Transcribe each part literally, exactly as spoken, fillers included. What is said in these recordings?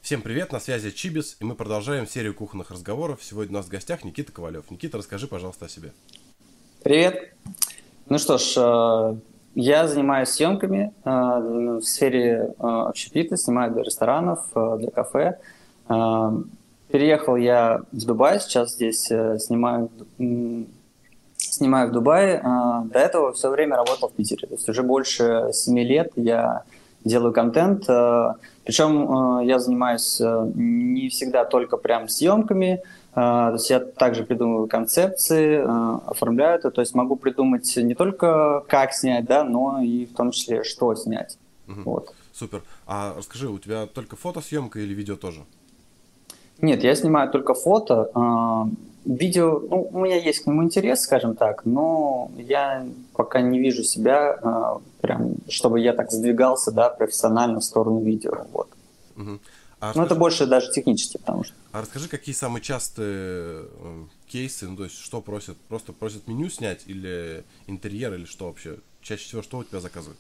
Всем привет, на связи Чибис, и мы продолжаем серию кухонных разговоров. Сегодня у нас в гостях Никита Ковалев. Никита, расскажи, пожалуйста, о себе. Привет. Ну что ж, э, я занимаюсь съемками э, в сфере э, общепита, снимаю для ресторанов, э, для кафе. Э, Переехал я в Дубай, сейчас здесь э, снимаю, м, снимаю в Дубае. Э, До этого все время работал в Питере. То есть уже больше семи лет я делаю контент. э, Причем э, я занимаюсь э, не всегда только прям съемками. Uh, то есть я также придумываю концепции, uh, оформляю это, то есть могу придумать не только как снять, да, но и в том числе что снять. Угу. Вот. Супер. А расскажи, у тебя только фотосъемка или видео тоже? Нет, я снимаю только фото. Uh, видео, ну, у меня есть к нему интерес, скажем так, но я пока не вижу себя, uh, прям, чтобы я так сдвигался, да, профессионально в сторону видео. Вот. Угу. А Но расскажи, это больше даже технически, потому что. а расскажи, какие самые частые э, кейсы, ну то есть что просят? Просто просят меню снять или интерьер, или что вообще? Чаще всего что у тебя заказывают?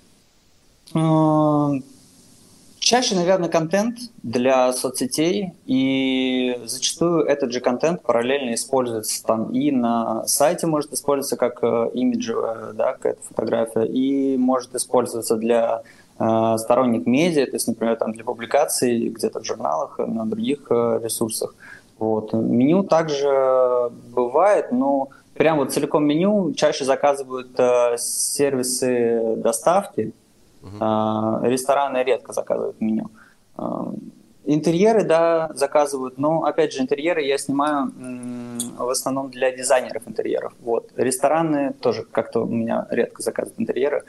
Uh, Чаще, наверное, контент для соцсетей, и зачастую этот же контент параллельно используется там и на сайте может использоваться как э, имиджевая, да, какая-то фотография, и может использоваться для э, сторонних медиа, то есть, например, там для публикаций где-то в журналах, на других э, ресурсах. Вот. Меню также бывает, но прям вот целиком меню чаще заказывают э, сервисы доставки. Uh-huh. Рестораны редко заказывают меню. Интерьеры, да, заказывают, но, опять же, интерьеры я снимаю в основном для дизайнеров интерьеров. Вот. Рестораны тоже как-то у меня редко заказывают интерьеры.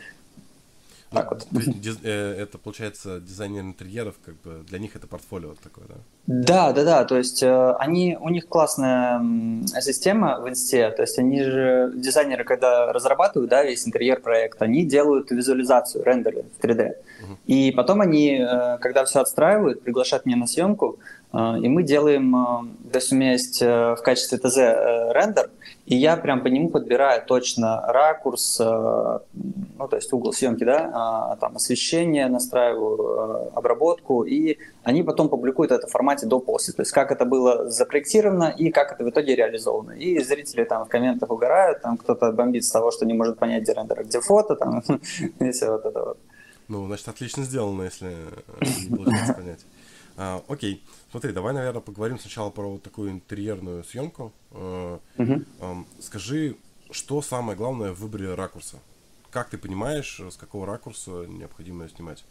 Ну, так вот. Диз, э, это, получается, дизайнер интерьеров, как бы для них это портфолио такое, да? Да, да, да, то есть э, они, у них классная э, система в инсте, то есть они же, дизайнеры, когда разрабатывают, да, весь интерьер проекта, они делают визуализацию, рендеры в три дэ. Uh-huh. И потом они, э, когда все отстраивают, приглашают меня на съемку, э, и мы делаем, э, то есть у меня есть э, в качестве ТЗ э, рендер, и я прям по нему подбираю точно ракурс, э, ну, то есть угол съемки, да, э, там освещение настраиваю, э, обработку, и они потом публикуют это в формате до-после, то есть как это было запроектировано и как это в итоге реализовано. И зрители там в комментах угорают, там кто-то бомбит с того, что не может понять, где рендер, где фото, там, и все вот это вот. Ну, значит, отлично сделано, если не получается понять. А, окей, смотри, давай, наверное, поговорим сначала про вот такую интерьерную съемку. А, uh-huh. а, скажи, что самое главное в выборе ракурса? Как ты понимаешь, с какого ракурса необходимо снимать?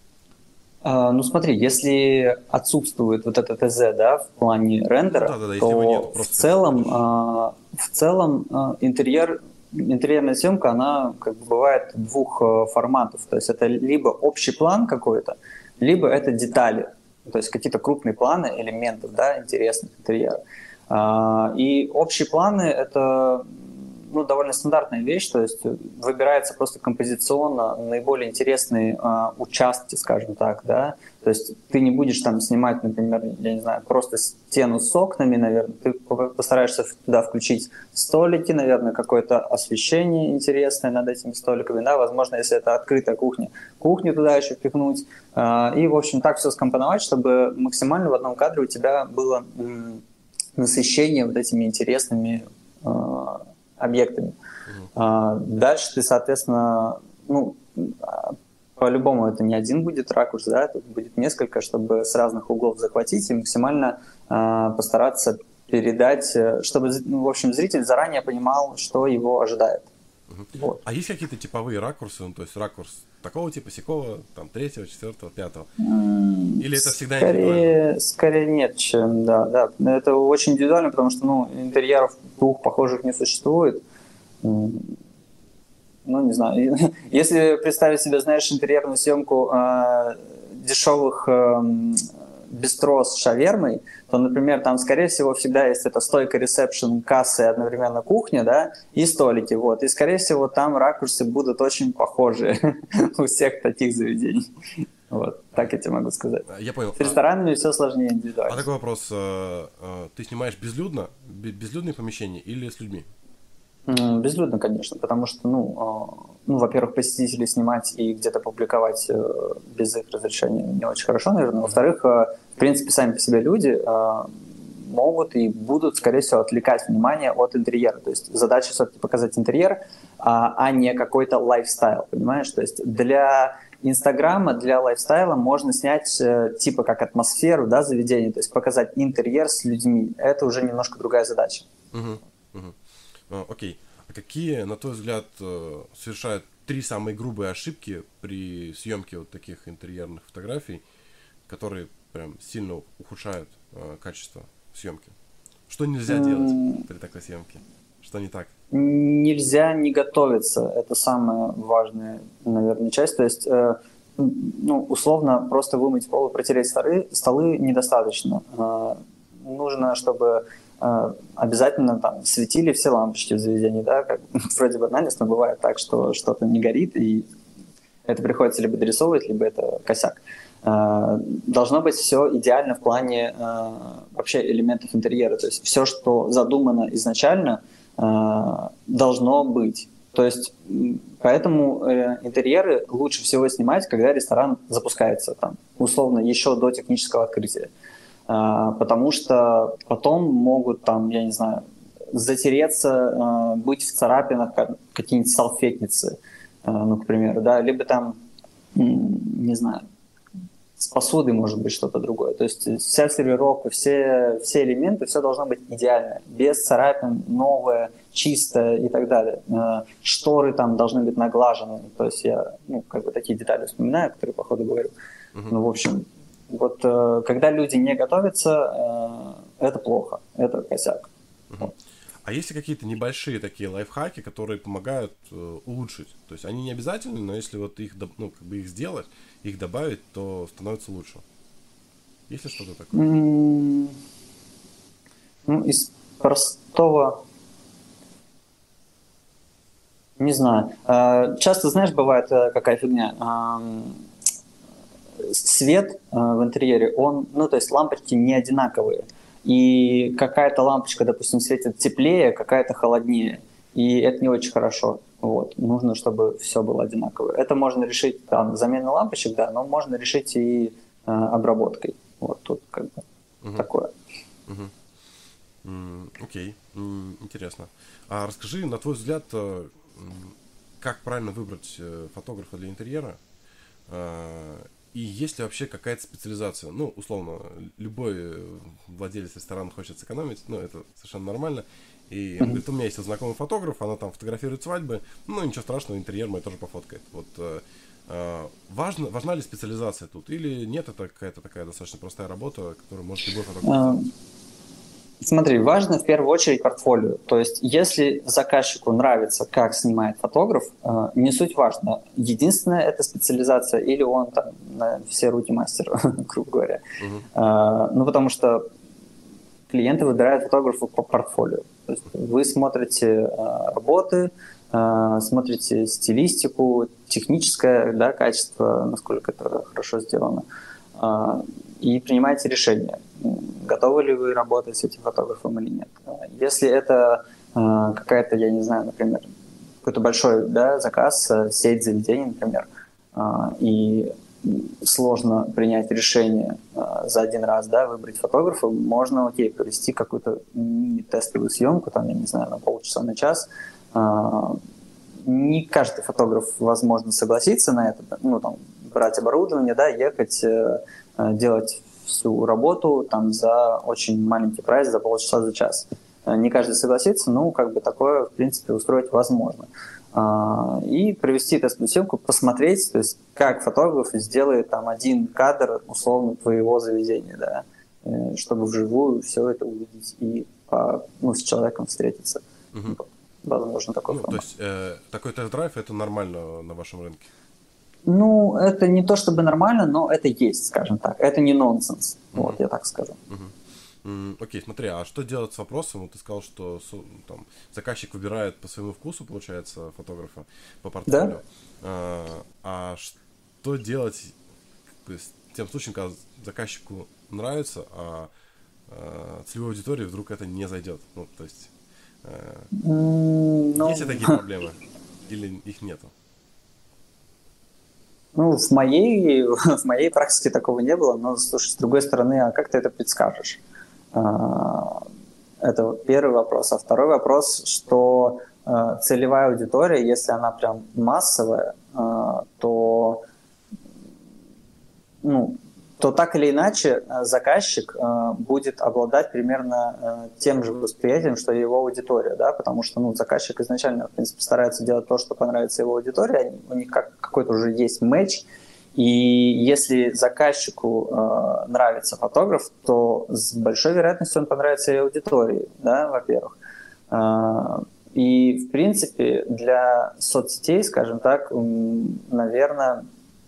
Uh, ну смотри, если отсутствует вот это ТЗ, да, в плане рендера, да, да, да, то нет, в целом, uh, в целом uh, интерьер, интерьерная съемка, она как бы бывает двух uh, форматов. То есть это либо общий план какой-то, либо это детали, то есть какие-то крупные планы элементов, да, интересных интерьера. Uh, и общие планы это ну, довольно стандартная вещь, то есть выбирается просто композиционно наиболее интересные э, участки, скажем так, да, то есть ты не будешь там снимать, например, я не знаю, просто стену с окнами, наверное, ты постараешься туда включить столики, наверное, какое-то освещение интересное над этими столиками, да, возможно, если это открытая кухня, кухню туда еще впихнуть, э, и, в общем, так все скомпоновать, чтобы максимально в одном кадре у тебя было э, насыщение вот этими интересными э, объектами. Uh-huh. Дальше ты, соответственно, ну, по-любому это не один будет ракурс, да, тут будет несколько, чтобы с разных углов захватить и максимально э, постараться передать, чтобы, ну, в общем, зритель заранее понимал, что его ожидает. Uh-huh. Вот. А есть какие-то типовые ракурсы, ну, то есть ракурс такого типа, сякого, там, третьего, четвертого, пятого? Mm, Или это всегда скорее, индивидуально? Скорее нет, чем, да, да. Это очень индивидуально, потому что, ну, интерьеров двух похожих не существует. Ну, не знаю. Если представить себе, знаешь, интерьерную съемку э, дешевых э, бистро с шавермой, то, например, там, скорее всего, всегда есть эта стойка ресепшн, кассы, одновременно кухня, да, и столики, вот. И, скорее всего, там ракурсы будут очень похожи у всех таких заведений. Вот, так я тебе могу сказать. Я понял. С ресторанами а, все сложнее индивидуально. А такой вопрос. Ты снимаешь безлюдно, безлюдные помещения или с людьми? М, Безлюдно, конечно, потому что, ну, а, ну, во-первых, посетителей снимать и где-то публиковать э, без их разрешения не очень хорошо, наверное. Мгм. Во-вторых, э, в принципе, сами по себе люди а, могут и будут, скорее всего, отвлекать внимание от интерьера. То есть задача все-таки показать интерьер, а, а не какой-то лайфстайл, понимаешь? То есть для Инстаграма, для лайфстайла можно снять э, типа как атмосферу, да, заведения, то есть показать интерьер с людьми. Это уже немножко другая задача. Мгм. Мгм. А, окей. А какие, на твой взгляд, э, совершают три самые грубые ошибки при съемке вот таких интерьерных фотографий, которые прям сильно ухудшают э, качество съемки? Что нельзя делать М, при такой съемке? Что не так? Нельзя не готовиться. Это самая важная, наверное, часть. То есть, э, ну, условно, просто вымыть пол и протереть столы, столы недостаточно. Э, нужно, чтобы э, обязательно там светили все лампочки в заведении, да, как вроде банально, но бывает так, что что-то не горит, и это приходится либо дорисовывать, либо это косяк. Э, Должно быть все идеально в плане э, вообще элементов интерьера. То есть все, что задумано изначально, э, должно быть. То есть м, поэтому э, интерьеры лучше всего снимать, когда ресторан запускается, там, условно, еще до технического открытия. Э, Потому что потом могут там, я не знаю, затереться, э, быть в царапинах как- какие-нибудь салфетницы, э, ну, к примеру, да, либо там, м, не знаю, с посудой может быть что-то другое. То есть вся сервировка, все, все элементы, все должно быть идеально, без царапин, новое, чистое и так далее. Э, Шторы там должны быть наглажены. То есть я, ну, как бы такие детали вспоминаю, которые по ходу говорю. Мгм. Ну, в общем, вот э, когда люди не готовятся, э, это плохо, это косяк. Мгм. А есть ли какие-то небольшие такие лайфхаки, которые помогают э, улучшить? То есть они не обязательны, но если вот их, доб- ну, как бы их сделать, их добавить, то становится лучше. Есть ли что-то такое? М, Ну, из простого, не знаю. Э, Часто, знаешь, бывает э, какая фигня. Ам, Свет э, в интерьере, он, ну, то есть лампочки не одинаковые. И какая-то лампочка, допустим, светит теплее, какая-то холоднее. И это не очень хорошо. Вот. Нужно, чтобы все было одинаково. Это можно решить там заменой лампочек, да, но можно решить и э, обработкой. Вот тут как бы Мгм. такое. Мгм. М, Окей, М, интересно. А расскажи, на твой взгляд, э, м, как правильно выбрать э, фотографа для интерьера? А, И есть ли вообще какая-то специализация? Ну, условно, любой э, владелец ресторана хочет сэкономить, ну, это совершенно нормально. И он Мгм. говорит, у меня есть вот знакомый фотограф, она там фотографирует свадьбы, ну, ничего страшного, интерьер мой тоже пофоткает. Вот э, э, важно, важна ли специализация тут? Или нет, это какая-то такая достаточно простая работа, которую может любой фотограф Э, сделать? Смотри, важно в первую очередь портфолио. То есть, если заказчику нравится, как снимает фотограф, э, не суть важно. Единственное, это специализация или он там на все руки мастер, грубо говоря. Мгм. Э, Ну, потому что клиенты выбирают фотографа по портфолио. То есть вы смотрите э, работы, э, смотрите стилистику, техническое, да, качество, насколько это хорошо сделано, э, и принимаете решение, готовы ли вы работать с этим фотографом или нет. Если это э, какая-то, я не знаю, например, какой-то большой, да, заказ, э, сеть заведений, например, э, и сложно принять решение э, за один раз, да, выбрать фотографа, можно, окей, провести какую-то мини-тестовую съемку, там, я не знаю, на полчаса, на час. Э, не каждый фотограф, возможно, согласится на это, ну, там, брать оборудование, да, ехать, э, э, делать всю работу там за очень маленький прайс, за полчаса, за час. Э, Не каждый согласится, но как бы такое, в принципе, устроить возможно. А, И провести тестовую съемку, посмотреть, то есть как фотограф сделает там один кадр условно твоего заведения, да, э, чтобы вживую все это увидеть и по- ну, с человеком встретиться. Мгм. Вот. Возможно, такой Ну, то формат. есть э, такой тест-драйв это нормально на вашем рынке. Ну, это не то чтобы нормально, но это есть, скажем так. Это не нонсенс. Вот, Мгм. я так скажу. Мгм. М, Окей, смотри, а что делать с вопросом? Вот ты сказал, что су- там, заказчик выбирает по своему вкусу, получается, фотографа по Да? портфолио. А, а что делать как бы, с тем случаем, когда заказчику нравится, а, а целевой аудитории вдруг это не зайдет? Ну, то есть Mm, ну... Есть ли такие проблемы? Или их нету? Ну, в моей, в моей практике такого не было, но, слушай, с другой стороны, а как ты это предскажешь? Это первый вопрос. А второй вопрос, что целевая аудитория, если она прям массовая, то, ну, то так или иначе заказчик будет обладать примерно тем же восприятием, что и его аудитория, да, потому что, ну, заказчик изначально, в принципе, старается делать то, что понравится его аудитории, у них как, какой-то уже есть матч, и если заказчику э, нравится фотограф, то с большой вероятностью он понравится и аудитории, да, во-первых. Э, и, в принципе, для соцсетей, скажем так, наверное,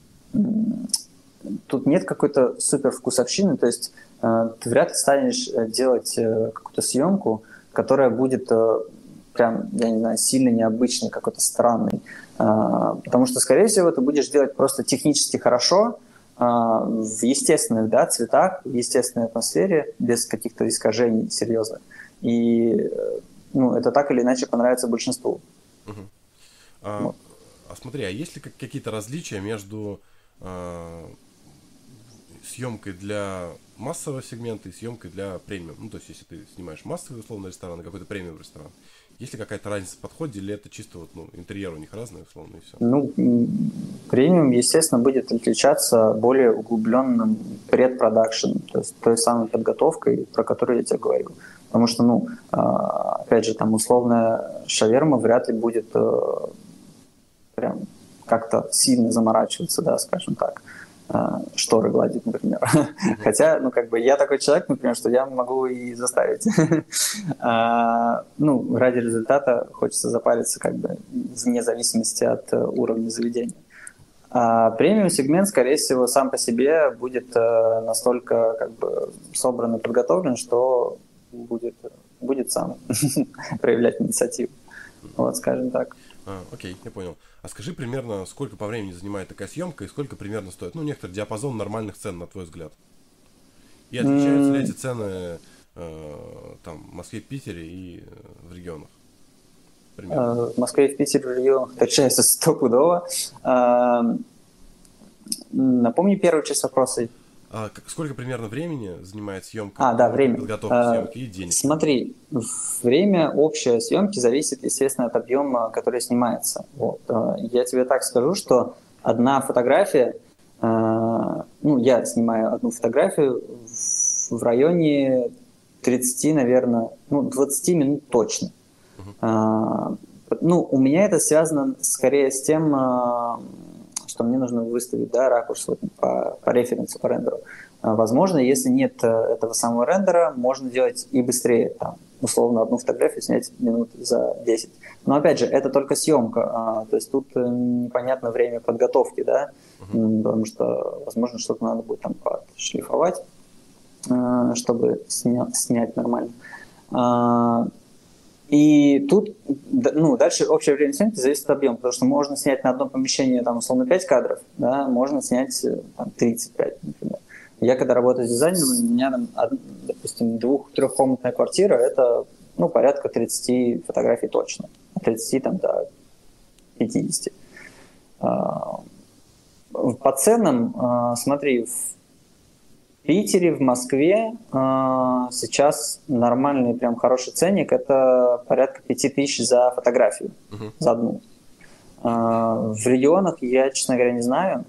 тут нет какой-то супер вкусовщины, то есть э, ты вряд ли станешь делать э, какую-то съемку, которая будет э, прям, я не знаю, сильно необычной, какой-то странной. Э, потому что, скорее всего, ты будешь делать просто технически хорошо, э, в естественных, да, цветах, в естественной атмосфере, без каких-то искажений серьезных. И э, ну, это так или иначе понравится большинству. Угу. А, вот. а смотри, а есть ли какие-то различия между э, съемкой для массового сегмента и съемкой для премиум? Ну, то есть, если ты снимаешь массовый, условно, ресторан и какой-то премиум ресторан, есть ли какая-то разница в подходе, или это чисто вот, ну, интерьер у них разный, условно, и все? Ну, премиум, естественно, будет отличаться более углубленным предпродакшеном, то есть той самой подготовкой, про которую я тебе говорил. Потому что, ну, опять же, там условная шаверма вряд ли будет прям как-то сильно заморачиваться, да, скажем так, шторы гладить, например. Mm-hmm. Хотя, ну, как бы я такой человек, например, что я могу и заставить. а, ну, ради результата хочется запариться, как бы, вне зависимости от уровня заведения. А премиум-сегмент, скорее всего, сам по себе будет э, настолько, как бы, собран и подготовлен, что будет, будет сам проявлять инициативу. Вот, скажем так. А, окей, я понял. А скажи примерно, сколько по времени занимает такая съемка и сколько примерно стоит, ну, некоторый диапазон нормальных цен, на твой взгляд? И отличаются mm. ли эти цены э, там, в Москве, Питере и в регионах? Примерно. В Москве и в Питере в регионах отличаются стопудово. Напомни первую часть вопроса. А сколько примерно времени занимает съемка, а, да, время. подготовка съемки и денег? Смотри, время общей съемки зависит, естественно, от объема, который снимается. Вот. Я тебе так скажу, что одна фотография, ну, я снимаю одну фотографию в районе тридцать, наверное, ну, двадцать минут точно. Uh-huh. Ну, у меня это связано скорее с тем, что мне нужно выставить, да, ракурс вот по, по референсу, по рендеру. Возможно, если нет этого самого рендера, можно делать и быстрее, там, условно, одну фотографию снять минут за десять. Но, опять же, это только съемка, то есть тут непонятно время подготовки, да, uh-huh. потому что, возможно, что-то надо будет там подшлифовать, чтобы сня- снять нормально. И тут, ну, дальше общее время съемки зависит от объема, потому что можно снять на одном помещении, там, условно, пять кадров, да, можно снять там, тридцать пять, например. Я, когда работаю с дизайнером, у меня, там, допустим, двух-трехкомнатная квартира, это, ну, порядка тридцать фотографий точно, от тридцати там, до пятидесяти. По ценам, смотри, в В Питере, в Москве э, сейчас нормальный, прям хороший ценник, это порядка пяти тысяч за фотографию, uh-huh. за одну. Э, в регионах я, честно говоря, не знаю,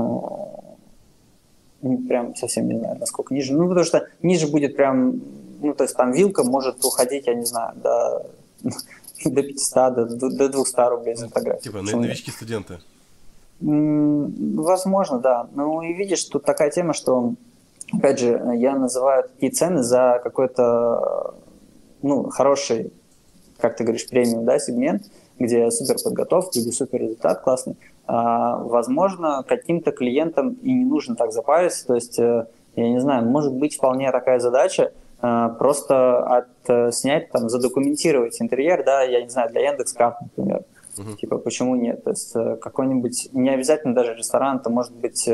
э, прям совсем не знаю, насколько ниже. Ну, потому что ниже будет прям, ну, то есть там вилка может уходить, я не знаю, до, до пятисот, до, до двухсот рублей за фотографию. Типа новички-студенты? Возможно, да. Ну, и видишь, тут такая тема, что опять же, я называю такие цены за какой-то, ну, хороший, как ты говоришь, премиум, да, сегмент, где супер подготовка, где супер результат классный. А, возможно, каким-то клиентам и не нужно так запариться. То есть, я не знаю, может быть вполне такая задача, а, просто от, снять, там, задокументировать интерьер, да, я не знаю, для Яндекс.Карт, например. Uh-huh. Типа, почему нет? То есть, какой-нибудь, не обязательно даже ресторан, это может быть,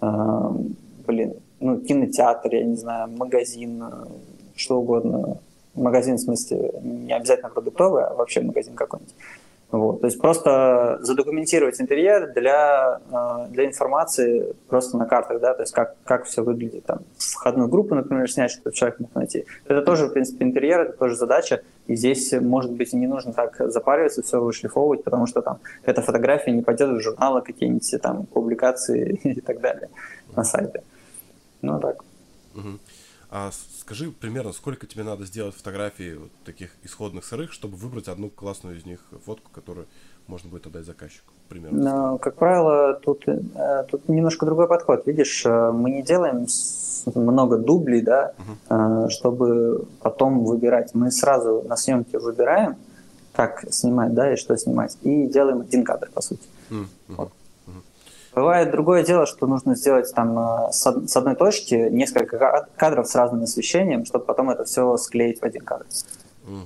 а, блин, ну, кинотеатр, я не знаю, магазин, что угодно, магазин, в смысле, не обязательно продуктовый, а вообще магазин какой-нибудь. Вот. То есть просто задокументировать интерьер для, для информации просто на картах, да, то есть как, как все выглядит, там, входную группу, например, снять, чтобы человек мог найти. Это тоже, в принципе, интерьер, это тоже задача, и здесь, может быть, не нужно так запариваться, все вышлифовывать, потому что там эта фотография не пойдет в журналы какие-нибудь, там, публикации и так далее на сайте. Ну, так. Угу. А скажи примерно, сколько тебе надо сделать фотографий вот таких исходных сырых, чтобы выбрать одну классную из них фотку, которую можно будет отдать заказчику? Примерно. Но, как правило, тут, тут немножко другой подход. Видишь, мы не делаем много дублей, да, uh-huh. чтобы потом выбирать. Мы сразу на съемке выбираем, как снимать, да, и что снимать, и делаем один кадр, по сути. Uh-huh. Вот. Бывает другое дело, что нужно сделать там с одной точки несколько кадров с разным освещением, чтобы потом это все склеить в один кадр. Угу.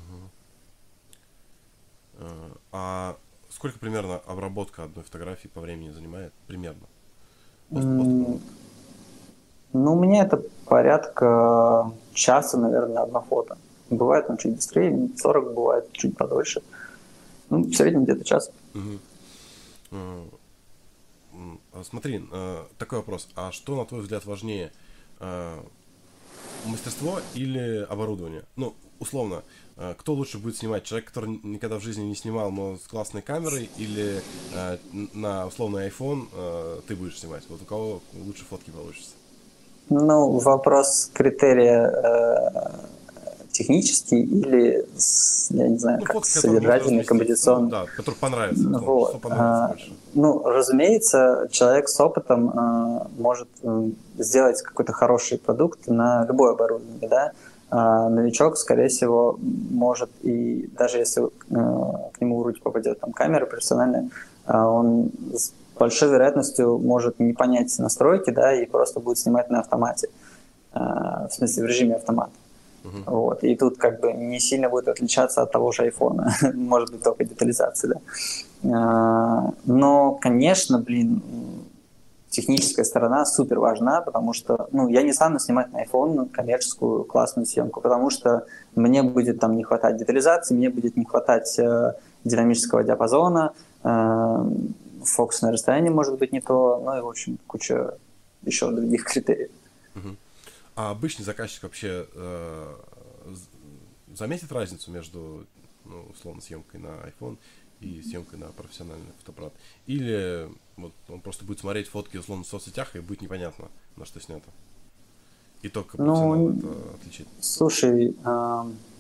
А сколько примерно обработка одной фотографии по времени занимает? Примерно? Mm, ну, у меня это порядка часа, наверное, одно фото. Бывает там чуть быстрее, сорок, бывает чуть подольше. Ну, в среднем где-то час. Угу. Смотри, такой вопрос. А что, на твой взгляд, важнее? Мастерство или оборудование? Ну, условно, кто лучше будет снимать? Человек, который никогда в жизни не снимал, но с классной камерой, или на условный iPhone ты будешь снимать? Вот у кого лучше фотки получится? Ну, вопрос критерия технический или, я не знаю, ну, как содержательный, композиционный. Ну, да, который понравится. Вот. Что понравится больше. Ну, разумеется, человек с опытом а, может сделать какой-то хороший продукт на любое оборудование, да. А новичок, скорее всего, может, и даже если а, к нему в руки попадет там камера профессиональная, а он с большой вероятностью может не понять настройки, да, и просто будет снимать на автомате, а, в смысле в режиме автомата. Uh-huh. Вот. И тут как бы не сильно будет отличаться от того же айфона. Может быть, только детализация, да. А, но, конечно, блин, техническая сторона супер важна, потому что, ну, я не стану снимать на iPhone коммерческую классную съемку, потому что мне будет там не хватать детализации, мне будет не хватать э, динамического диапазона, э, фокусное расстояние может быть не то, ну и, в общем, куча еще других критериев. Uh-huh. А обычный заказчик вообще э, заметит разницу между, ну, условно, съемкой на iPhone и съемкой на профессиональный фотоаппарат? Или вот он просто будет смотреть фотки, условно, в соцсетях, и будет непонятно, на что снято? И только профессионал ну, это отличит. Слушай, э,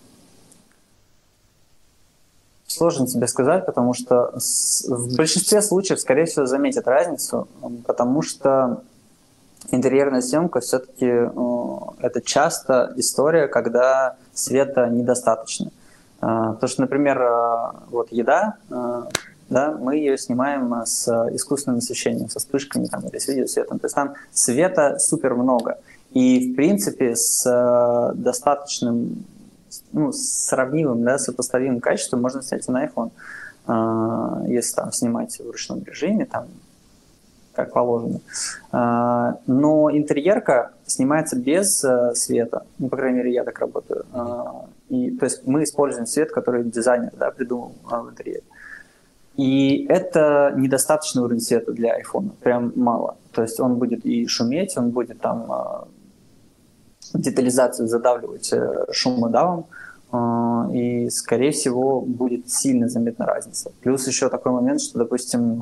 сложно тебе сказать, потому что с, в большинстве случаев, скорее всего, заметят разницу, потому что интерьерная съемка все-таки э, это часто история, когда света недостаточно. Э, потому что, например, э, вот еда, э, да, мы ее снимаем с искусственным освещением, со вспышками там, или с видеосветом. То есть там света супер много. И, в принципе, с э, достаточным, ну, сравнимым, да, сопоставимым качеством можно снять и на iPhone. Э, если там снимать в ручном режиме, там, как положено. Но интерьерка снимается без света. Ну, по крайней мере, я так работаю. И, то есть мы используем свет, который дизайнер, да, придумал в интерьере. И это недостаточный уровень света для iPhone. Прям мало. То есть он будет и шуметь, он будет там детализацию задавливать шумодавом. И, скорее всего, будет сильно заметна разница. Плюс еще такой момент, что, допустим,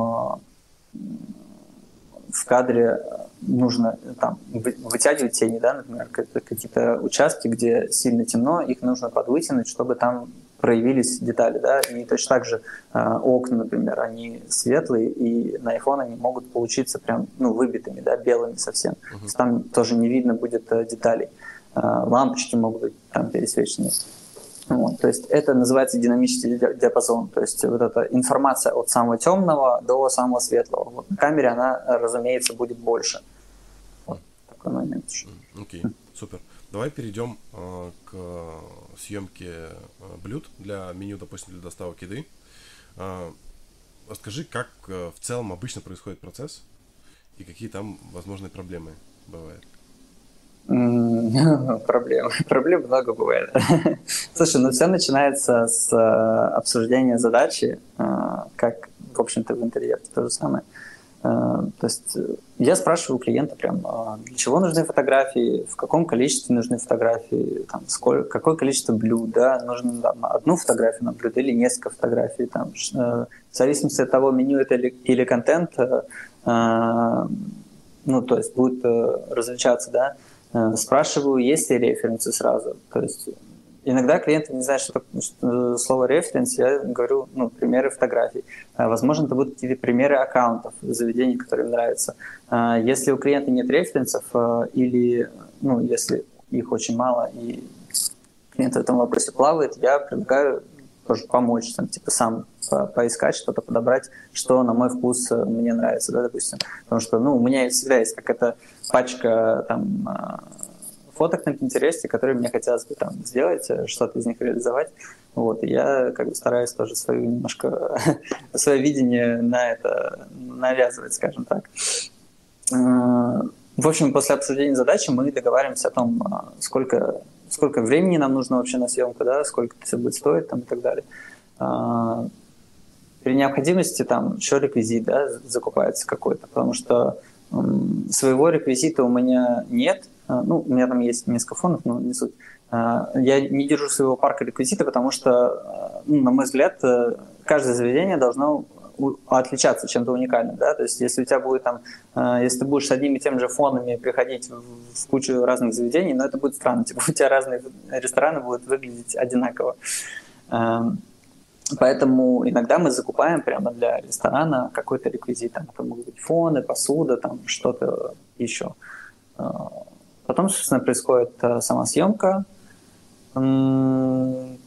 в кадре нужно там вытягивать тени, да, например, какие-то участки, где сильно темно, их нужно подвытянуть, чтобы там проявились детали, да, и точно так же э, окна, например, они светлые, и на iPhone они могут получиться прям, ну, выбитыми, да, белыми совсем, uh-huh. То есть там тоже не видно будет э, деталей, э, лампочки могут быть там пересвечены. Вот, то есть это называется динамический диапазон, то есть вот эта информация от самого темного до самого светлого. Вот на камере она, разумеется, будет больше. Вот такой момент еще. Окей, okay, супер. Давай перейдем э, к съемке э, блюд для меню, допустим, для доставок еды. Э, расскажи, как э, в целом обычно происходит процесс и какие там возможные проблемы бывают. М, Проблем. Проблем много бывает. Слушай, ну все начинается с э, обсуждения задачи, э, как, в общем-то, в интерьере то же самое. Э, То есть э, я спрашиваю у клиента прям, а, для чего нужны фотографии, в каком количестве нужны фотографии, там, сколько, какое количество блюд, да, нужно там, одну фотографию на блюдо или несколько фотографий, там, ш- э, в зависимости от того, меню это или, или контент, э, э, ну, то есть будет э, различаться, да. Э, Спрашиваю, есть ли референсы сразу, то есть иногда клиенты не знают, что такое что, слово референс, я говорю, ну, примеры фотографий. А, Возможно, это будут какие-то примеры аккаунтов, заведений, которые им нравятся. А, Если у клиента нет референсов, а, или, ну, если их очень мало, и клиент в этом вопросе плавает, я предлагаю тоже помочь, там, типа сам по- поискать что-то, подобрать, что на мой вкус э, мне нравится, да, допустим. Потому что, ну, у меня всегда есть какая-то пачка там а, фоток на Pinterest, которые мне хотелось бы там сделать, э, что-то из них реализовать. Вот, и я как бы стараюсь тоже свою немножко свое видение на это навязывать, скажем так. Э, В общем, после обсуждения задачи мы договариваемся о том, а, сколько, сколько времени нам нужно вообще на съемку, да, сколько это все будет стоить там, и так далее. А, При необходимости там еще реквизит, да, закупается какой-то, потому что м, своего реквизита у меня нет. А, Ну, у меня там есть несколько фонов, но не суть. А, Я не держу своего парка реквизита, потому что, а, ну, на мой взгляд, э, каждое заведение должно у- отличаться чем-то уникальным, да, то есть если у тебя будет там, э, если ты будешь с одними и теми же фонами приходить в в кучу разных заведений, но это будет странно, типа у тебя разные рестораны будут выглядеть одинаково. Эм, Поэтому иногда мы закупаем прямо для ресторана какой-то реквизит. Там это могут быть фоны, посуда, там что-то еще. Э, Потом, собственно, происходит э, сама съемка. М,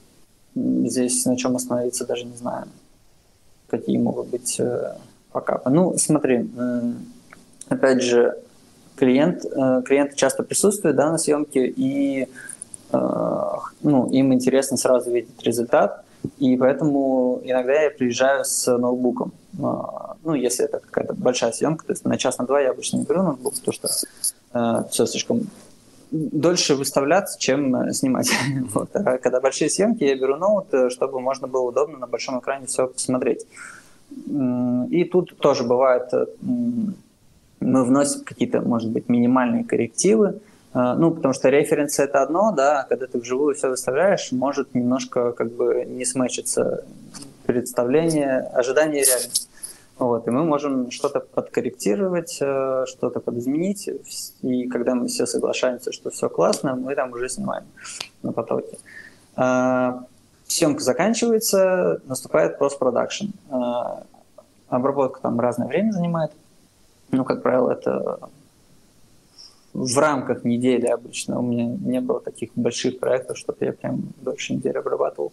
Здесь на чем остановиться, даже не знаю. Какие могут быть э, покапы. Ну, смотри, м, опять же, клиент, э, клиенты часто присутствуют, да, на съемке, и э, ну, им интересно сразу видеть результат, и поэтому иногда я приезжаю с ноутбуком. А, Ну, если это какая-то большая съемка, то есть на час, на два я обычно не беру ноутбук, потому что э, все слишком дольше выставляться, чем э, снимать. Вот. А когда большие съемки, я беру ноут, э, чтобы можно было удобно на большом экране все посмотреть. М, И тут тоже бывает, э, м, мы вносим какие-то, может быть, минимальные коррективы, э, ну, потому что референсы это одно, да, а когда ты вживую все выставляешь, может немножко как бы не смычиться представление, ожидание и реальность. Вот, и мы можем что-то подкорректировать, э, что-то подизменить, и когда мы все соглашаемся, что все классно, мы там уже снимаем на потоке. А, Съемка заканчивается, наступает постпродакшн. А, Обработка там разное время занимает. Ну, как правило, это в рамках недели обычно. У меня не было таких больших проектов, чтобы я прям дольше недели обрабатывал.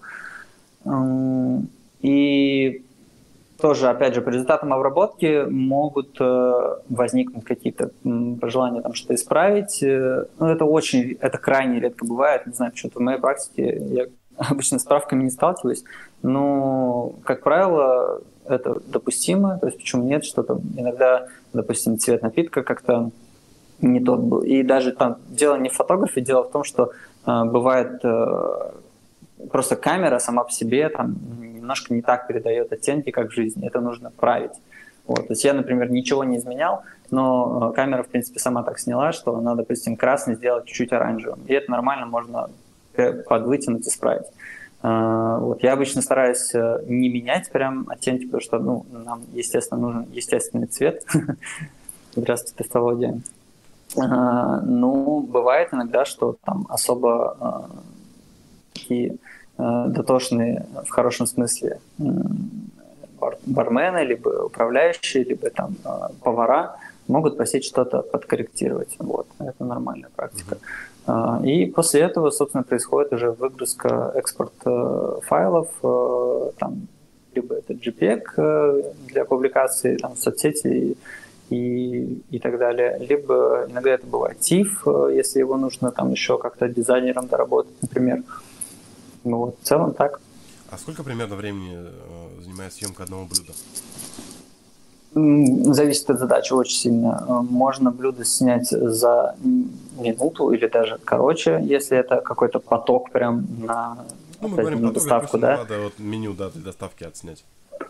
М, И тоже, опять же, по результатам обработки могут э, возникнуть какие-то м, пожелания там что-то исправить. Э, Ну, это очень, это крайне редко бывает. Не знаю, почему-то в моей практике я обычно с правками не сталкиваюсь. Но, как правило, это допустимо. То есть, почему нет, что там иногда, допустим, цвет напитка как-то не тот был. И даже там дело не в фотографе, дело в том, что э, бывает э, просто камера сама по себе там немножко не так передает оттенки, как в жизни. Это нужно править. Вот. То есть я, например, ничего не изменял, но э, камера, в принципе, сама так сняла, что она, допустим, красный сделать чуть-чуть оранжевым. И это нормально, можно подвытянуть, исправить. Э, Вот. Я обычно стараюсь э, не менять прям оттенки, потому что ну, нам, естественно, нужен естественный цвет. Здравствуйте, тавтология. А, Ну, бывает иногда, что там особо а, такие а, дотошные, в хорошем смысле, м, бар- бармены, либо управляющие, либо там а, повара могут просить что-то подкорректировать. Вот, это нормальная практика. А, И после этого, собственно, происходит уже выгрузка, экспорт э, файлов, э, там, либо это JPEG э, для публикации там, в соцсети и, и так далее. Либо иногда это бывает тиф, э, если его нужно там еще как-то дизайнером доработать, например. Ну вот, в целом так. А сколько примерно времени э, занимает съемка одного блюда? Зависит от задачи очень сильно. Можно блюдо снять за минуту или даже короче, если это какой-то поток прям на Ну, мы говорим поток, доставку, допустим, да? надо вот меню, да, для доставки отснять.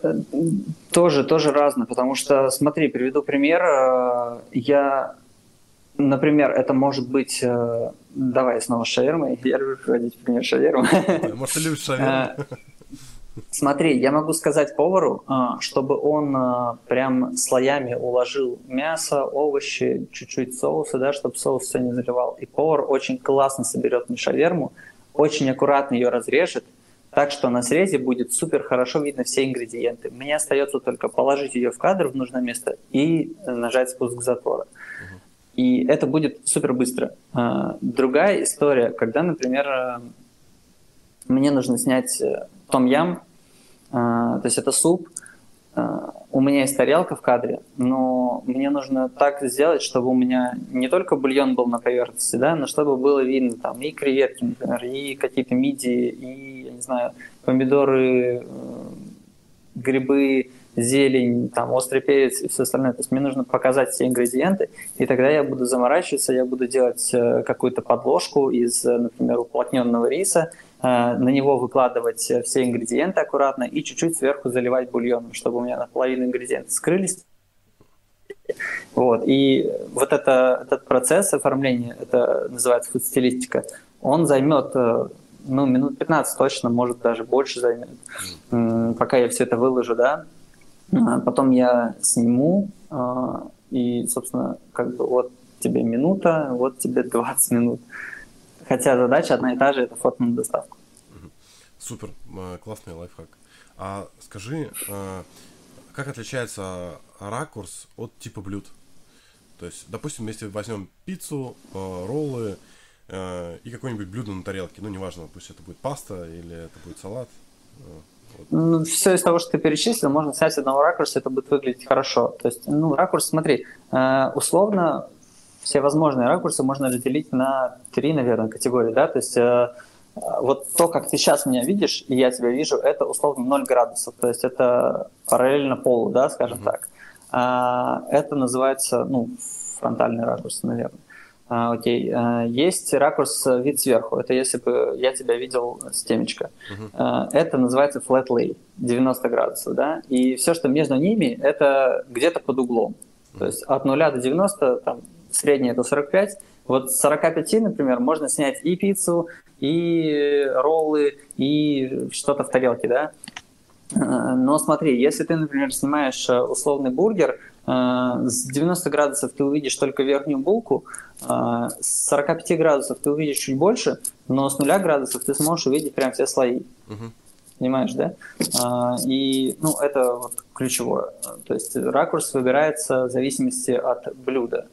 Тоже, тоже разно, потому что, смотри, приведу пример. Я, например, это может быть... Давай снова с шавермой. Я люблю приводить пример шавермы. Может, ты любишь шаверму? Смотри, я могу сказать повару, чтобы он прям слоями уложил мясо, овощи, чуть-чуть соуса, да, чтобы соус все не заливал. И повар очень классно соберет мне шаверму, очень аккуратно ее разрежет, так что на срезе будет супер хорошо видно все ингредиенты. Мне остается только положить ее в кадр в нужное место и нажать спуск затвора. И это будет супер быстро. Другая история, когда, например, мне нужно снять том-ям, то есть это суп. У меня есть тарелка в кадре, но мне нужно так сделать, чтобы у меня не только бульон был на поверхности, да, но чтобы было видно там и креветки, например, и какие-то мидии, и, я не знаю, помидоры, грибы, зелень, там, острый перец и все остальное. То есть мне нужно показать все ингредиенты, и тогда я буду заморачиваться, я буду делать какую-то подложку из, например, уплотненного риса, на него выкладывать все ингредиенты аккуратно и чуть-чуть сверху заливать бульоном, чтобы у меня наполовину ингредиенты скрылись. Вот. И вот это, этот процесс оформления, это называется фуд-стилистика, он займет ну, минут пятнадцать точно, может даже больше займет, пока я все это выложу, да. Потом я сниму, и, собственно, как бы вот тебе минута, вот тебе двадцать минут. Хотя задача одна и та же, это фото на доставку. Супер, классный лайфхак. А скажи, как отличается ракурс от типа блюд? То есть, допустим, если возьмем пиццу, роллы и какое-нибудь блюдо на тарелке, ну, неважно, пусть это будет паста или это будет салат. Вот. Ну, все из того, что ты перечислил, можно снять с одного ракурса, это будет выглядеть хорошо. То есть, ну, ракурс, смотри, условно, все возможные ракурсы можно разделить на три, наверное, категории, да, то есть э, вот то, как ты сейчас меня видишь, и я тебя вижу, это условно ноль градусов, то есть это параллельно полу, да, скажем mm-hmm. так. А, это называется, ну, фронтальный ракурс, наверное. А, окей. А, есть ракурс вид сверху, это если бы я тебя видел с темечка. Mm-hmm. А, это называется flat lay, девяносто градусов, да, и все, что между ними, это где-то под углом, mm-hmm. то есть от нуля до девяноста, там, средний это сорок пять. Вот с сорока пяти, например, можно снять и пиццу, и роллы, и что-то в тарелке, да. Но смотри, если ты, например, снимаешь условный бургер, с девяноста градусов ты увидишь только верхнюю булку, с сорока пяти градусов ты увидишь чуть больше, но с нуля градусов ты сможешь увидеть прям все слои. Uh-huh. Понимаешь, да? И, ну, это вот ключевое. То есть ракурс выбирается в зависимости от блюда.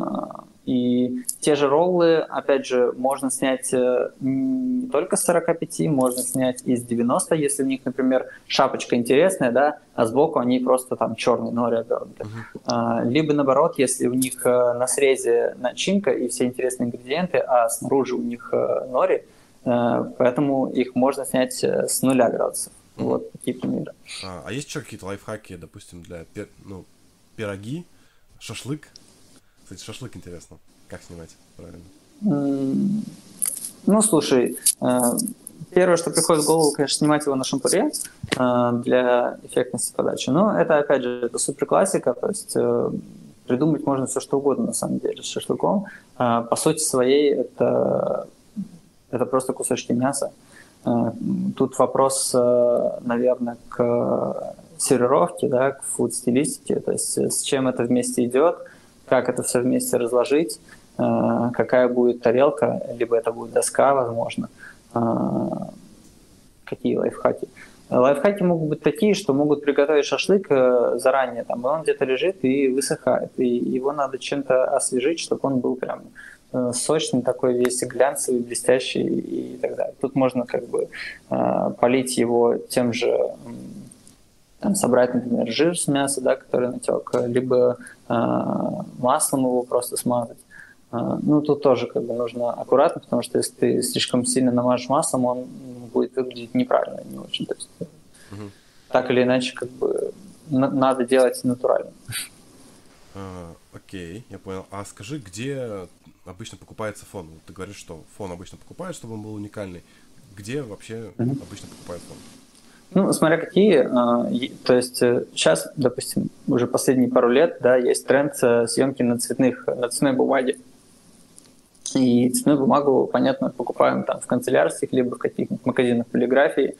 И те же роллы, опять же, можно снять не только с сорока пяти, можно снять и с девяноста, если у них, например, шапочка интересная, да, а сбоку они просто там черные нори обернуты. Uh-huh. Либо наоборот, если у них на срезе начинка и все интересные ингредиенты, а снаружи у них нори, поэтому их можно снять с нуля градусов. Mm-hmm. Вот такие примеры. А, а есть еще какие-то лайфхаки, допустим, для пир, ну, пироги, шашлык? Кстати, шашлык интересно. Как снимать правильно? Mm, ну, слушай, первое, что приходит в голову, конечно, снимать его на шампуре для эффектности подачи. Но это, опять же, это супер классика, то есть придумать можно все, что угодно, на самом деле, с шашлыком. По сути своей, это... Это просто кусочки мяса. Тут вопрос, наверное, к сервировке, да, к фуд-стилистике, то есть с чем это вместе идет, как это все вместе разложить, какая будет тарелка, либо это будет доска, возможно. Какие лайфхаки? Лайфхаки могут быть такие, что могут приготовить шашлык заранее, там, и он где-то лежит и высыхает, и его надо чем-то освежить, чтобы он был прям сочный такой, весь глянцевый, блестящий и так далее. Тут можно как бы полить его тем же, там, собрать, например, жир с мяса, да, который натек, либо маслом его просто смазать. Ну, тут тоже как бы нужно аккуратно, потому что если ты слишком сильно намажешь маслом, он будет выглядеть неправильно, не очень. То есть, угу. Так или иначе, как бы надо делать натурально. А, окей, я понял. А скажи, где обычно покупается фон? Вот ты говоришь, что фон обычно покупают, чтобы он был уникальный. Где вообще mm-hmm. обычно покупают фон? Ну, смотря какие. То есть сейчас, допустим, уже последние пару лет, да, есть тренд съемки на цветных, на цветной бумаге. И цветную бумагу, понятно, покупаем там в канцелярских, либо в каких-нибудь магазинах полиграфии.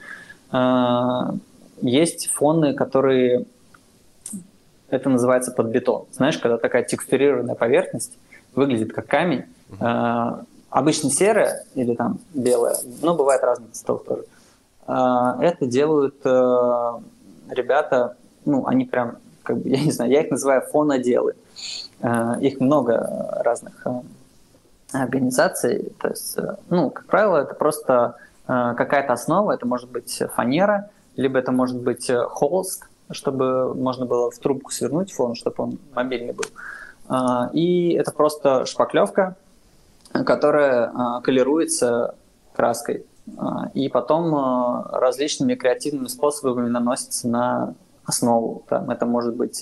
Есть фоны, которые... Это называется под бетон. Знаешь, когда такая текстурированная поверхность выглядит как камень, uh-huh. обычно серая или там белая, но бывает разных цветов тоже. Это делают ребята, ну, они прям, как бы, я не знаю, я их называю фоноделы. Их много разных организаций. То есть, ну, как правило, это просто какая-то основа, это может быть фанера, либо это может быть холст, чтобы можно было в трубку свернуть фон, чтобы он мобильный был. И это просто шпаклевка, которая колируется краской. И потом различными креативными способами наносится на основу. Там это может быть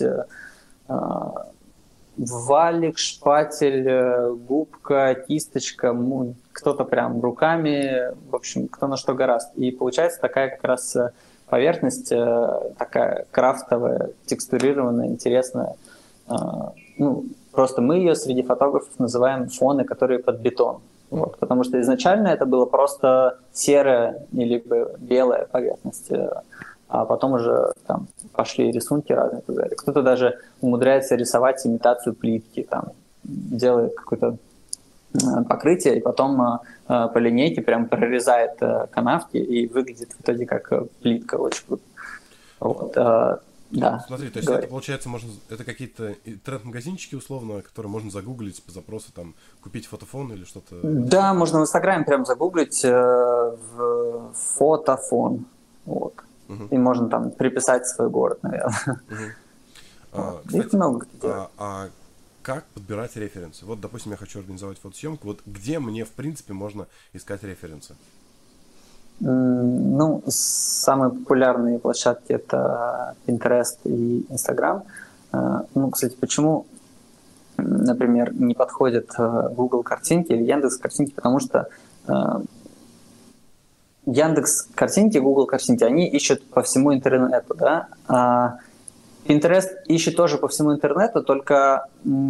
валик, шпатель, губка, кисточка, кто-то прям руками, в общем, кто на что гораст. И получается такая как раз поверхность, такая крафтовая, текстурированная, интересная. Ну, просто мы ее среди фотографов называем фоны, которые под бетон. Вот, потому что изначально это было просто серая или белая поверхность, а потом уже там пошли рисунки разные и так далее. Кто-то даже умудряется рисовать имитацию плитки, там, делает какое-то покрытие, и потом э, по линейке прям прорезает э, канавки, и выглядит в итоге как плитка. Очень круто. Вот, э, да. Смотри, то есть говори. Это получается, можно, это какие-то тренд-магазинчики условно, которые можно загуглить по запросу, там, купить фотофон или что-то? Да, можно в Инстаграме прям загуглить э, в фотофон. Вот. Угу. И можно там приписать свой город, наверное. Угу. А, кстати, их много где а, а как подбирать референсы? Вот, допустим, я хочу организовать фотосъемку. Вот где мне, в принципе, можно искать референсы? Ну, самые популярные площадки — это Pinterest и Instagram. Ну, кстати, почему, например, не подходят Google картинки или Яндекс картинки? Потому что Яндекс картинки, Google картинки, они ищут по всему интернету, да? А Pinterest ищет тоже по всему интернету, только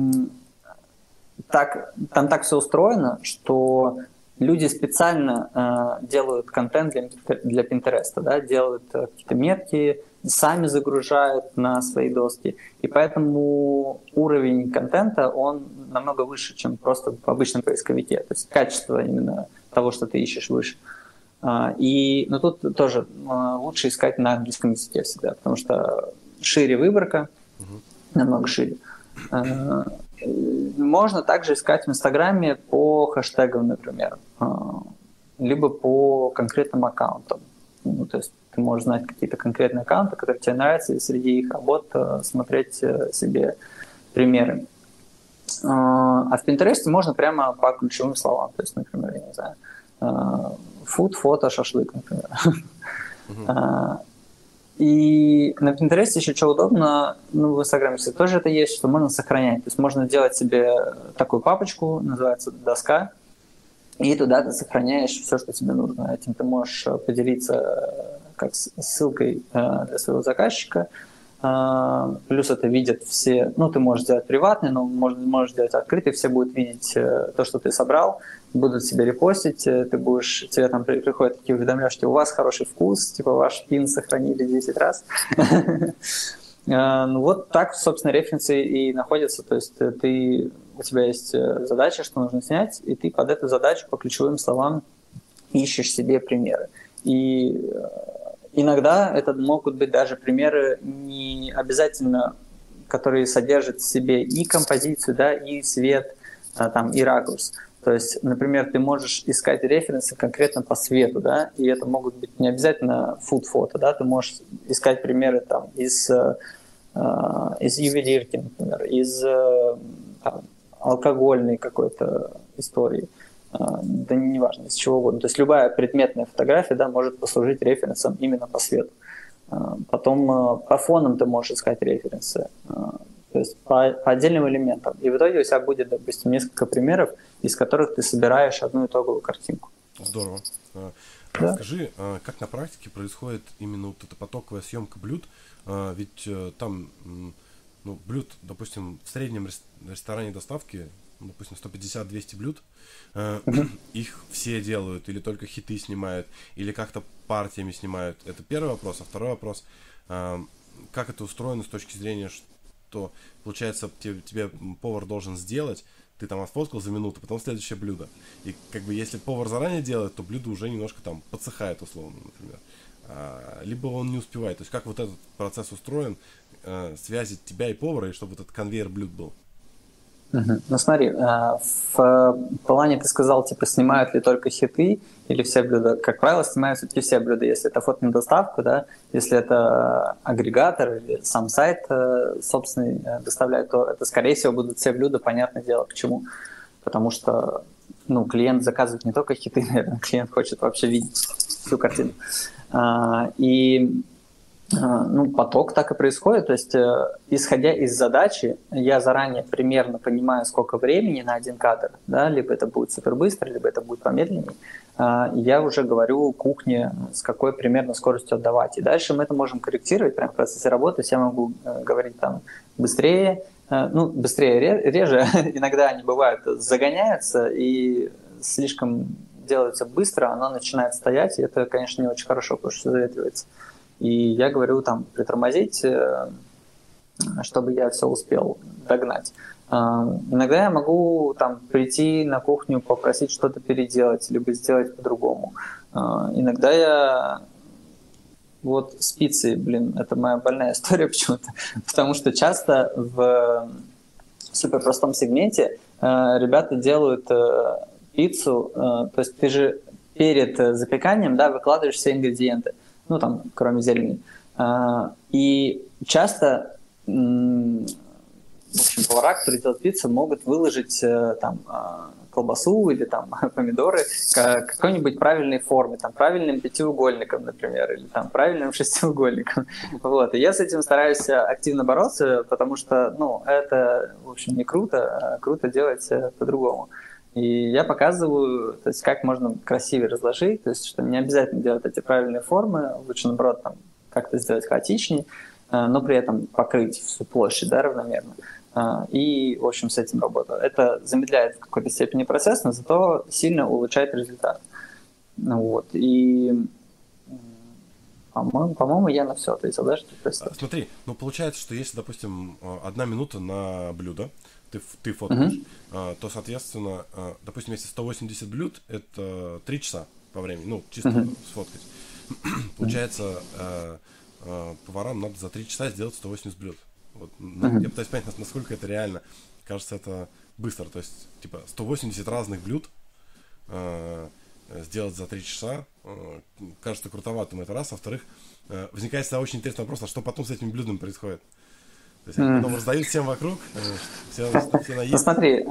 так, там так все устроено, что люди специально э, делают контент для, для Pinterest, да, делают э, какие-то метки, сами загружают на свои доски. И поэтому уровень контента, он намного выше, чем просто в обычном поисковике. То есть качество именно того, что ты ищешь, выше. А, и, но тут тоже а, лучше искать на английском языке всегда, потому что шире выборка, uh-huh. намного шире. А, можно также искать в Инстаграме по хэштегам, например, либо по конкретным аккаунтам. Ну, то есть ты можешь знать какие-то конкретные аккаунты, которые тебе нравятся, и среди их работ смотреть себе примеры. А в Pinterest можно прямо по ключевым словам. То есть, например, я не знаю, фуд, фото, шашлык, например. Uh-huh. И на Pinterest еще что удобно, ну, в Инстаграме, кстати, тоже это есть, что можно сохранять. То есть можно сделать себе такую папочку, называется доска, и туда ты сохраняешь все, что тебе нужно. Этим ты можешь поделиться как ссылкой для своего заказчика. Плюс это видят все, ну, ты можешь сделать приватный, но можешь сделать открытый, все будут видеть то, что ты собрал, будут себе репостить, ты будешь, тебе там приходят такие уведомления, что у вас хороший вкус, типа ваш пин сохранили десять раз. Ну вот так, собственно, референсы и находятся, то есть ты, у тебя есть задача, что нужно снять, и ты под эту задачу по ключевым словам ищешь себе примеры. И иногда это могут быть даже примеры не обязательно, которые содержат в себе и композицию, да, и свет, там, и ракурс. То есть, например, ты можешь искать референсы конкретно по свету, да, и это могут быть не обязательно фуд-фото, да, ты можешь искать примеры там из, э, из ювелирки, например, из там, алкогольной какой-то истории, э, да неважно, из чего угодно. То есть любая предметная фотография, да, может послужить референсом именно по свету. Потом по фонам ты можешь искать референсы, то есть по, по отдельным элементам. И в итоге у тебя будет, допустим, несколько примеров, из которых ты собираешь одну итоговую картинку. Здорово. Да? Скажи, как на практике происходит именно вот эта потоковая съемка блюд? Ведь там, ну, блюд, допустим, в среднем ресторане доставки, допустим, сто пятьдесят - двести блюд, uh-huh. их все делают, или только хиты снимают, или как-то партиями снимают. Это первый вопрос. А второй вопрос, как это устроено с точки зрения, что, получается, тебе, тебе повар должен сделать, ты там отфоткал за минуту, потом следующее блюдо. И как бы если повар заранее делает, то блюдо уже немножко там подсыхает, условно, например. А, либо он не успевает. То есть как вот этот процесс устроен, э, связи тебя и повара, и чтобы вот этот конвейер блюд был. Uh-huh. Ну смотри, в плане ты сказал, типа, снимают ли только хиты или все блюда. Как правило, снимают все-таки все блюда. Если это фото на доставку, да, если это агрегатор или сам сайт собственный доставляет, то это, скорее всего, будут все блюда, понятное дело, почему. Потому что, ну, клиент заказывает не только хиты, наверное, клиент хочет вообще видеть всю картину. И ну, поток так и происходит, то есть, э, исходя из задачи, я заранее примерно понимаю, сколько времени на один кадр, да, либо это будет супер быстро, либо это будет помедленнее, э, я уже говорю кухне, с какой примерно скоростью отдавать, и дальше мы это можем корректировать прямо в процессе работы, то есть я могу э, говорить там быстрее, э, ну, быстрее реже, иногда они бывают, загоняются и слишком делаются быстро, оно начинает стоять, и это, конечно, не очень хорошо, потому что заветривается. И я говорю там притормозить, чтобы я все успел догнать. Иногда я могу там прийти на кухню, попросить что-то переделать, либо сделать по-другому. Иногда я... Вот спицы, блин, это моя больная история почему-то. Потому что часто в суперпростом сегменте ребята делают пиццу, то есть ты же перед запеканием, да, выкладываешь все ингредиенты. Ну, там, кроме зелени. И часто, в общем, повара, которые делают пиццу, могут выложить там колбасу или там помидоры в какой-нибудь правильной форме, там, правильным пятиугольником, например, или там правильным шестиугольником. Вот. И я с этим стараюсь активно бороться, потому что, ну, это, в общем, не круто, а круто делать по-другому. И я показываю, то есть, как можно красивее разложить, то есть, что не обязательно делать эти правильные формы, лучше, наоборот, там, как-то сделать хаотичнее, но при этом покрыть всю площадь, да, равномерно. И, в общем, с этим работаю. Это замедляет в какой-то степени процесс, но зато сильно улучшает результат. Вот. И, по-моему, по-моему, я на все ответил, да, что ты Смотри, ну, получается, что если, допустим, одна минута на блюдо, ты, ты фоткаешь, uh-huh. то, соответственно, допустим, если сто восемьдесят блюд, это три часа по времени, ну, чисто uh-huh. сфоткать. Получается, uh-huh. поварам надо за три часа сделать сто восемьдесят блюд. Вот, uh-huh. Я пытаюсь понять, насколько это реально. Кажется, это быстро, то есть, типа, сто восемьдесят разных блюд э, сделать за три часа, э, кажется крутоватым, это раз. Во-вторых, э, возникает всегда очень интересный вопрос, а что потом с этим блюдом происходит? То есть они потом раздают всем вокруг, все, все наедят. Ну смотри,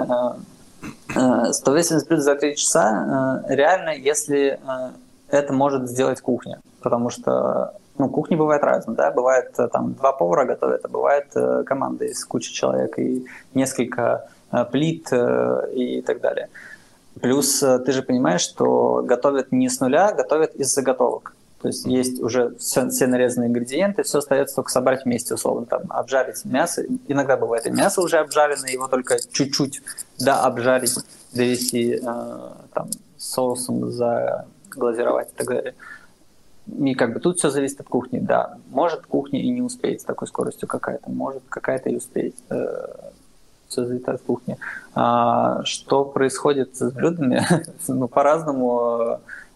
сто восемьдесят блюд за три часа, реально, если это может сделать кухня, потому что, ну, кухни бывают разные, да, бывает там два повара готовят, а бывает команда из кучи человек и несколько плит и так далее. Плюс ты же понимаешь, что готовят не с нуля, готовят из заготовок. То есть есть уже все, все нарезанные ингредиенты, все остается только собрать вместе, условно, там, обжарить мясо. Иногда бывает и мясо уже обжаренное, его только чуть-чуть дообжарить, довести э, там, соусом, заглазировать и так далее. И как бы тут все зависит от кухни, да. Может кухня и не успеть с такой скоростью какая-то, может какая-то и успеть. Э, все зависит от кухни. А, что происходит с блюдами? Ну, по-разному.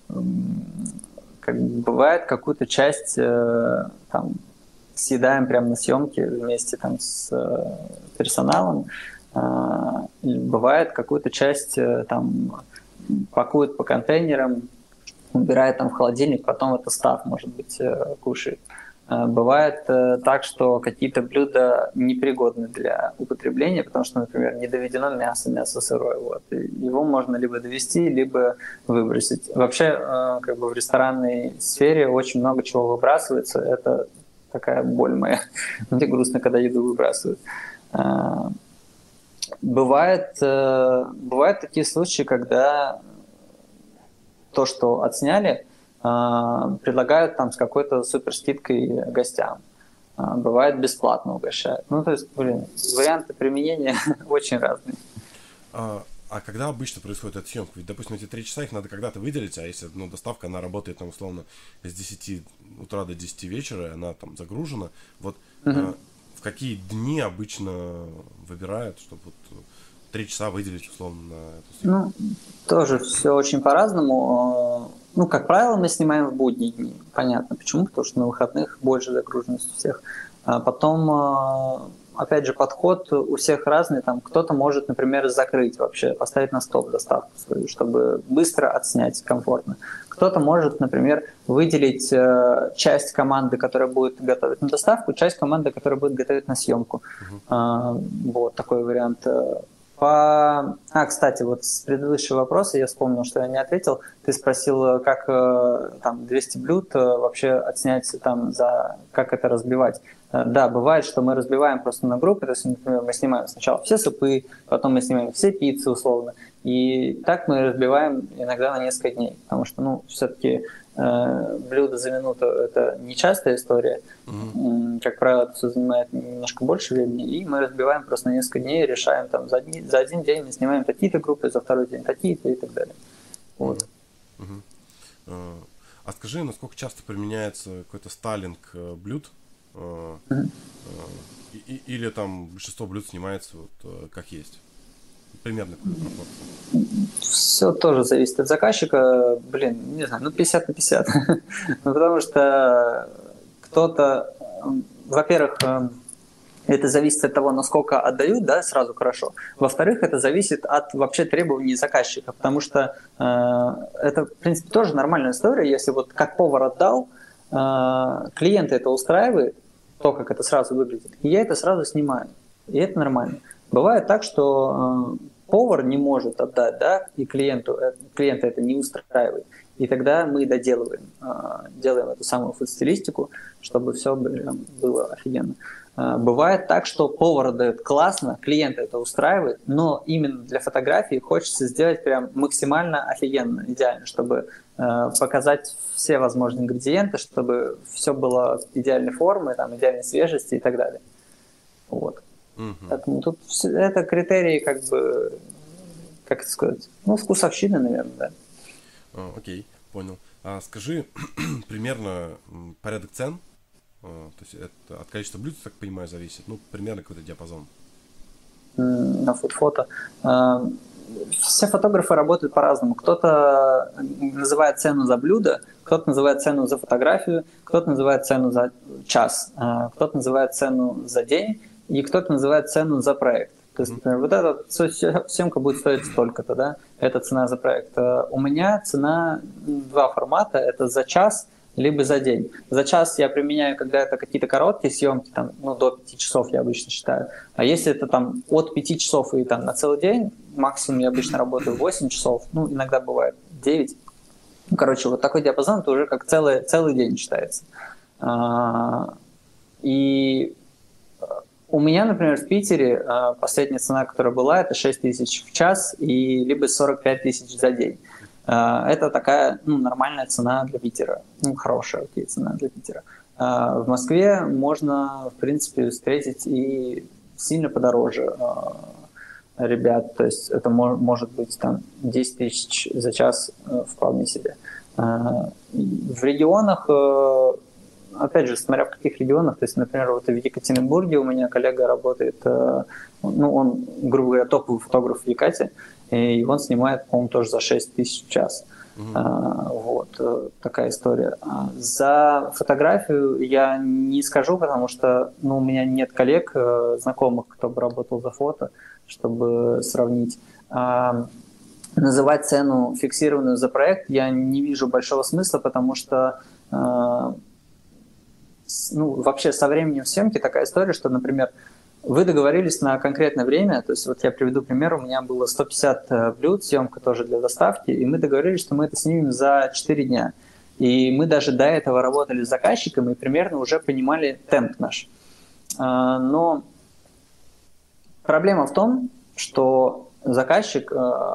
Как бывает, какую-то часть э, там, съедаем прямо на съемке вместе там, с э, персоналом. Э, бывает, какую-то часть э, там, пакуют по контейнерам, убирают там в холодильник, потом это став, может быть, э, кушает. Бывает так, что какие-то блюда непригодны для употребления, потому что, например, не доведено мясо, мясо сырое. Вот. И его можно либо довести, либо выбросить. Вообще, как бы в ресторанной сфере очень много чего выбрасывается. Это такая боль моя. Мне грустно, когда еду выбрасывают. Бывает, бывают такие случаи, когда то, что отсняли, предлагают там с какой-то супер скидкой гостям. Бывает, бесплатно угощают. Ну, то есть, блин, варианты применения очень разные. А, а когда обычно происходит эта съемка? Ведь, допустим, эти три часа их надо когда-то выделить, а если ну, доставка, она работает там условно с десяти утра до десяти вечера, она там загружена. Вот угу. а, в какие дни обычно выбирают, чтобы вот три часа выделить условно на эту съемку? Ну, тоже все очень по-разному. Ну, как правило, мы снимаем в будние дни. Понятно, почему? Потому что на выходных больше загруженность у всех. А потом, опять же, подход у всех разный. Там кто-то может, например, закрыть вообще, поставить на стоп доставку свою, чтобы быстро отснять комфортно. Кто-то может, например, выделить часть команды, которая будет готовить на доставку, часть команды, которая будет готовить на съемку. Uh-huh. Вот такой вариант. По... А, кстати, вот с предыдущего вопроса я вспомнил, что я не ответил. Ты спросил, как там двести блюд вообще отснять, там, за... как это разбивать. Да, бывает, что мы разбиваем просто на группы. То есть, например, мы снимаем сначала все супы, потом мы снимаем все пиццы условно. И так мы разбиваем иногда на несколько дней. Потому что, ну, все-таки э, блюдо за минуту – это нечастая история. Mm-hmm. Как правило, это все занимает немножко больше времени. И мы разбиваем просто на несколько дней, решаем там за, дни, за один день мы снимаем такие-то группы, за второй день такие-то и так далее. Вот. Mm-hmm. Uh, а скажи, насколько часто применяется какой-то стайлинг блюд? Uh, mm-hmm. uh, и, или там большинство блюд снимается вот, uh, как есть? Примерно какой пропорции? Все тоже зависит от заказчика. Блин, не знаю, ну пятьдесят на пятьдесят. Ну, потому что кто-то, во-первых, это зависит от того, насколько отдают, да, сразу хорошо. Во-вторых, это зависит от вообще требований заказчика, потому что э, это, в принципе, тоже нормальная история. Если вот как повар отдал, э, клиенты это устраивает, то, как это сразу выглядит, и я это сразу снимаю. И это нормально. Бывает так, что э, повар не может отдать, да, и клиенту, э, клиента это не устраивает. И тогда мы доделываем, э, делаем эту самую фуд-стилистику, чтобы все было офигенно. Э, бывает так, что повар отдает классно, клиента это устраивает, но именно для фотографии хочется сделать прям максимально офигенно, идеально, чтобы э, показать все возможные ингредиенты, чтобы все было идеальной формы, там, идеальной свежести и так далее. Вот. Uh-huh. Поэтому тут все, это критерии, как бы, как это сказать, ну, вкусовщины, наверное, да. Uh, окей, понял. А скажи примерно порядок цен, uh, то есть это от количества блюд, так понимаю, зависит, ну, примерно какой-то диапазон. На фотофото. Uh, все фотографы работают по-разному. Кто-то называет цену за блюдо, кто-то называет цену за фотографию, кто-то называет цену за час, uh, кто-то называет цену за день, и кто-то называет цену за проект. То есть, например, вот эта съемка будет стоить столько-то, да, это цена за проект. У меня цена два формата, это за час, либо за день. За час я применяю, когда это какие-то короткие съемки, там, ну, до пяти часов я обычно считаю. А если это там от пяти часов и там на целый день, максимум я обычно работаю восемь часов, ну, иногда бывает девять. Ну, короче, вот такой диапазон, это уже как целый, целый день считается. И у меня, например, в Питере последняя цена, которая была, это шесть тысяч в час и либо сорок пять тысяч за день. Это такая, ну, нормальная цена для Питера, ну, хорошая, окей, цена для Питера. В Москве можно, в принципе, встретить и сильно подороже ребят, то есть это может быть там десять тысяч за час вполне себе. В регионах, опять же, смотря в каких регионах, то есть, например, вот в Екатеринбурге у меня коллега работает, ну, он, грубо говоря, топовый фотограф в Екате, и он снимает, по-моему, тоже за шесть тысяч в час. Mm-hmm. А, вот такая история. А за фотографию я не скажу, потому что, ну, у меня нет коллег, знакомых, кто бы работал за фото, чтобы сравнить. А называть цену фиксированную за проект я не вижу большого смысла, потому что ну, вообще со временем съемки такая история, что, например, вы договорились на конкретное время, то есть вот я приведу пример, у меня было сто пятьдесят блюд, съемка тоже для доставки, и мы договорились, что мы это снимем за четыре дня. И мы даже до этого работали с заказчиком и примерно уже понимали темп наш. Но проблема в том, что заказчик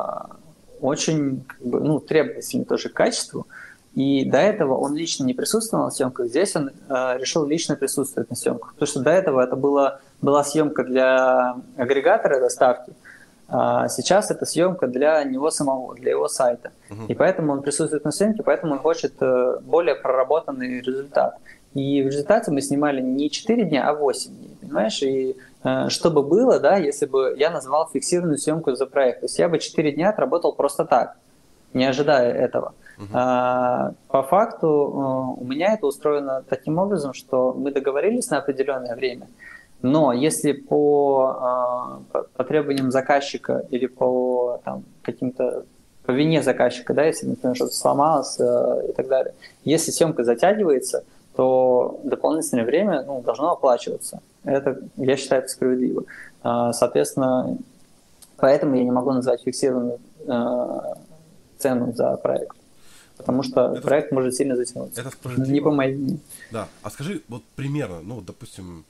очень как бы, ну, требовательный тоже к качеству, и до этого он лично не присутствовал на съемках, здесь он э, решил лично присутствовать на съемках. Потому что до этого это было, была съемка для агрегатора доставки, а сейчас это съемка для него самого, для его сайта. Uh-huh. И поэтому он присутствует на съемке, поэтому он хочет э, более проработанный результат. И в результате мы снимали не четыре дня, а восемь дней, понимаешь? И э, что бы было, да, если бы я назвал фиксированную съемку за проект. То есть я бы четыре дня отработал просто так, не ожидая этого. Uh-huh. А, по факту у меня это устроено таким образом, что мы договорились на определенное время, но если по, по, по требованиям заказчика или по там, каким-то по вине заказчика, да, если, например, что-то сломалось и так далее, если съемка затягивается, то дополнительное время, ну, должно оплачиваться. Это, я считаю, это справедливо. А, соответственно, поэтому я не могу назвать фиксированную а, цену за проект. Потому что это, проект может сильно затянуться. Это справедливо. Не по моей вине. Да. А скажи, вот примерно, ну, допустим,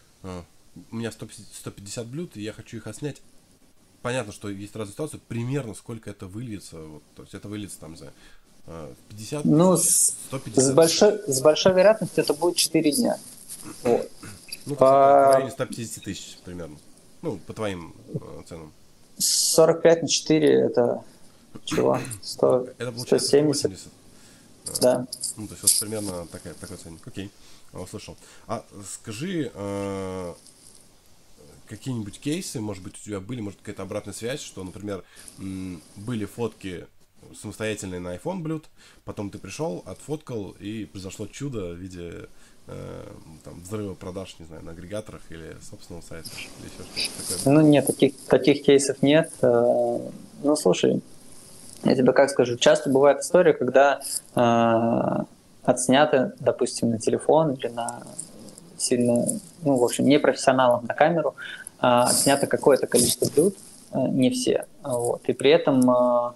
у меня сто пятьдесят блюд, и я хочу их отснять. Понятно, что есть разные ситуации. Примерно сколько это выльется? Вот, то есть это выльется там за пятьдесят, ну, сто пятьдесят? С большой, с большой вероятностью это будет четыре дня. Вот. Ну, по... в районе сто пятьдесят тысяч примерно. Ну, по твоим э, ценам. сорок пять на четыре это... Чего? сто, это получается сто семьдесят. сто восемьдесят. Да. Ну, то есть вот примерно такая, такой ценник. Окей, услышал. А скажи, э, какие-нибудь кейсы, может быть, у тебя были, может, какая-то обратная связь, что, например, м- были фотки самостоятельные на iPhone блюд, потом ты пришел, отфоткал, и произошло чудо в виде э, там, взрыва продаж, не знаю, на агрегаторах или собственного сайта, или еще что-то такое. Ну, нет, таких, таких кейсов нет. Ну, слушай, я тебе как скажу, часто бывает история, когда э, отснято, допустим, на телефон или на сильно, ну, в общем, не профессионалом на камеру, э, отснято какое-то количество блюд, э, не все. Вот. И при этом э,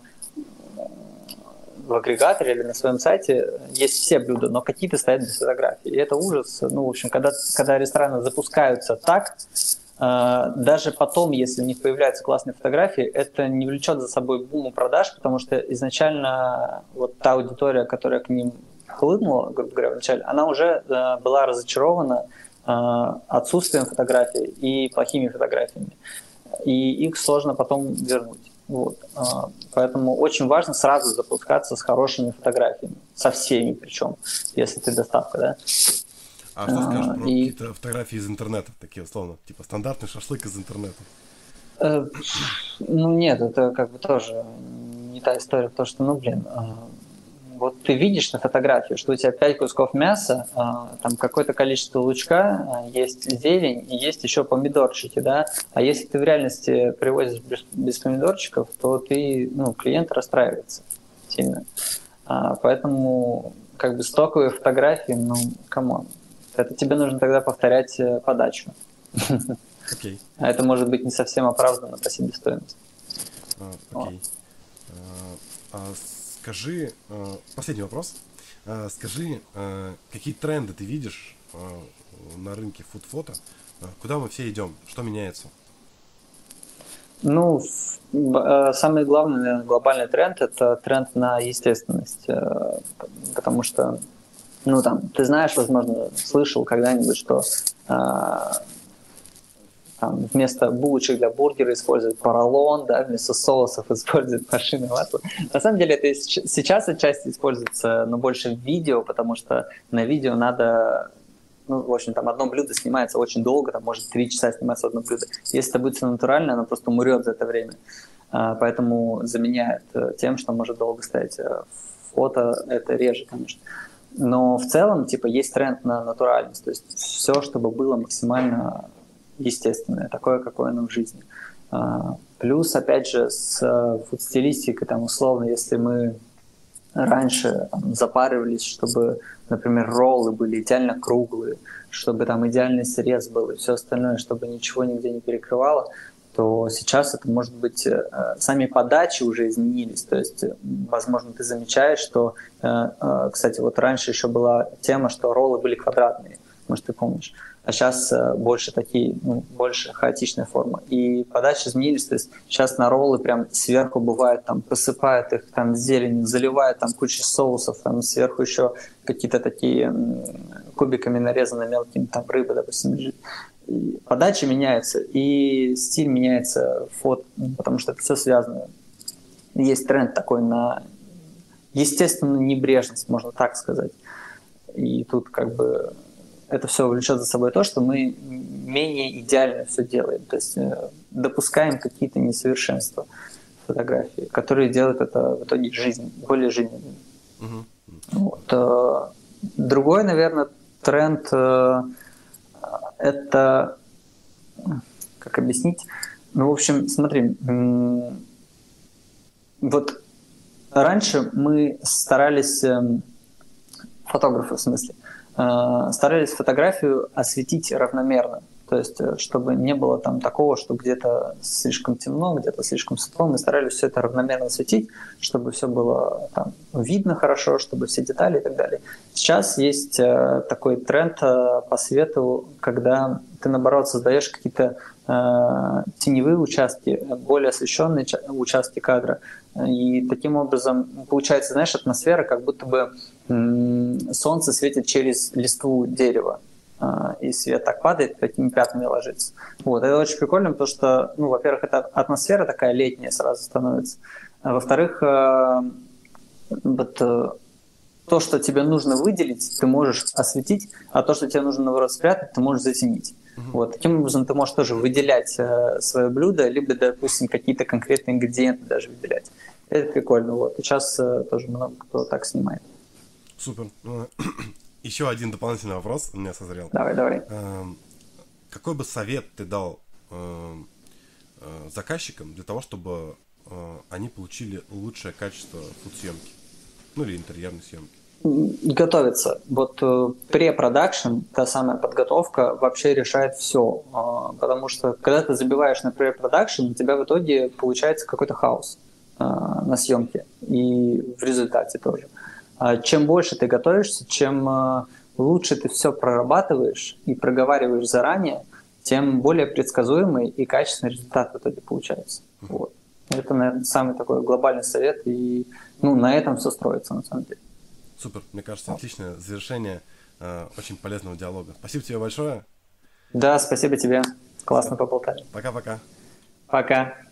в агрегаторе или на своем сайте есть все блюда, но какие-то стоят без фотографий. И это ужас. Ну, в общем, когда, когда рестораны запускаются так, даже потом, если у них появляются классные фотографии, это не влечет за собой буму продаж, потому что изначально вот та аудитория, которая к ним хлынула, грубо говоря, вначале, она уже была разочарована отсутствием фотографий и плохими фотографиями. И их сложно потом вернуть. Вот. Поэтому очень важно сразу запускаться с хорошими фотографиями, со всеми причем, если ты доставка, да. А что скажешь про и... какие-то фотографии из интернета, такие условно, типа стандартный шашлык из интернета? Э, ну нет, это как бы тоже не та история, потому что, ну блин, э, вот ты видишь на фотографии, что у тебя пять кусков мяса, э, там какое-то количество лучка, э, есть зелень и есть еще помидорчики, да, а если ты в реальности привозишь без, без помидорчиков, то ты, ну, клиент расстраивается сильно. А, поэтому как бы стоковые фотографии, ну, камон. Это тебе нужно тогда повторять подачу. Okay. А это может быть не совсем оправданно по себестоимости. Uh, Окей. Okay. Uh, uh, скажи, uh, последний вопрос. Uh, скажи, uh, какие тренды ты видишь uh, на рынке фуд-фото? Uh, куда мы все идем? Что меняется? Ну, самый главный, наверное, глобальный тренд – это тренд на естественность. Потому что ну, там, ты знаешь, возможно, слышал когда-нибудь, что э, там, вместо булочек для бургера используют поролон, да, вместо соусов используют машинное масло. На самом деле это сейчас отчасти используется, но больше в видео, потому что на видео надо, ну, в общем, там одно блюдо снимается очень долго, там может три часа сниматься одно блюдо. Если это будет все натурально, оно просто умрет за это время. Э, поэтому заменяет тем, что может долго стоять. Фото это реже, конечно. Но в целом, типа, есть тренд на натуральность, то есть все, чтобы было максимально естественное, такое, какое оно в жизни. Плюс, опять же, с фуд-стилистикой, там, условно, если мы раньше там, запаривались, чтобы, например, роллы были идеально круглые, чтобы там идеальный срез был и все остальное, чтобы ничего нигде не перекрывало, то сейчас это может быть... Э, сами подачи уже изменились. То есть, возможно, ты замечаешь, что... Э, э, кстати, вот раньше еще была тема, что роллы были квадратные, может, ты помнишь. А сейчас э, больше такие, ну, больше хаотичная форма. И подачи изменились. То есть сейчас на роллы прям сверху бывает, там, посыпают их там зеленью, заливают там кучу соусов, там сверху еще какие-то такие м, кубиками нарезанные мелкими, там рыба, допустим, лежит. И подача меняется, и стиль меняется, фото, потому что это все связано. Есть тренд такой на естественную небрежность, можно так сказать. И тут как бы это все влечет за собой то, что мы менее идеально все делаем. То есть допускаем какие-то несовершенства в фотографии, которые делают это в итоге жизнь, более жизненной. Uh-huh. Вот. Другой, наверное, тренд — это, как объяснить? Ну, в общем, смотри, вот раньше мы старались, фотографы в смысле, старались фотографию осветить равномерно. То есть, чтобы не было там такого, что где-то слишком темно, где-то слишком светло. Мы старались все это равномерно осветить, чтобы все было там видно хорошо, чтобы все детали и так далее. Сейчас есть такой тренд по свету, когда ты, наоборот, создаешь какие-то э, теневые участки, более освещенные участки кадра. И таким образом получается, знаешь, атмосфера, как будто бы м- солнце светит через листву дерева. И свет так падает, такими пятнами ложится. Вот. Это очень прикольно, потому что, ну, во-первых, это атмосфера такая летняя сразу становится. А во-вторых, вот, то, что тебе нужно выделить, ты можешь осветить, а то, что тебе нужно, наоборот, спрятать, ты можешь затенить. Uh-huh. Вот. Таким образом, ты можешь тоже выделять свое блюдо, либо, допустим, какие-то конкретные ингредиенты даже выделять. Это прикольно. Вот. И сейчас тоже много кто так снимает. Супер. Еще один дополнительный вопрос у меня созрел. Давай, давай. Какой бы совет ты дал заказчикам для того, чтобы они получили лучшее качество фотосъемки? Ну или интерьерной съемки? Готовиться. Вот препродакшн, та самая подготовка, вообще решает все. Потому что когда ты забиваешь на препродакшн, у тебя в итоге получается какой-то хаос на съемке. И в результате тоже. Чем больше ты готовишься, чем лучше ты все прорабатываешь и проговариваешь заранее, тем более предсказуемый и качественный результат в итоге получается. Uh-huh. Вот. Это, наверное, самый такой глобальный совет, и ну, на этом все строится, на самом деле. Супер, мне кажется, отличное завершение э, очень полезного диалога. Спасибо тебе большое. Да, спасибо тебе. Классно поболтали. Пока-пока. Пока.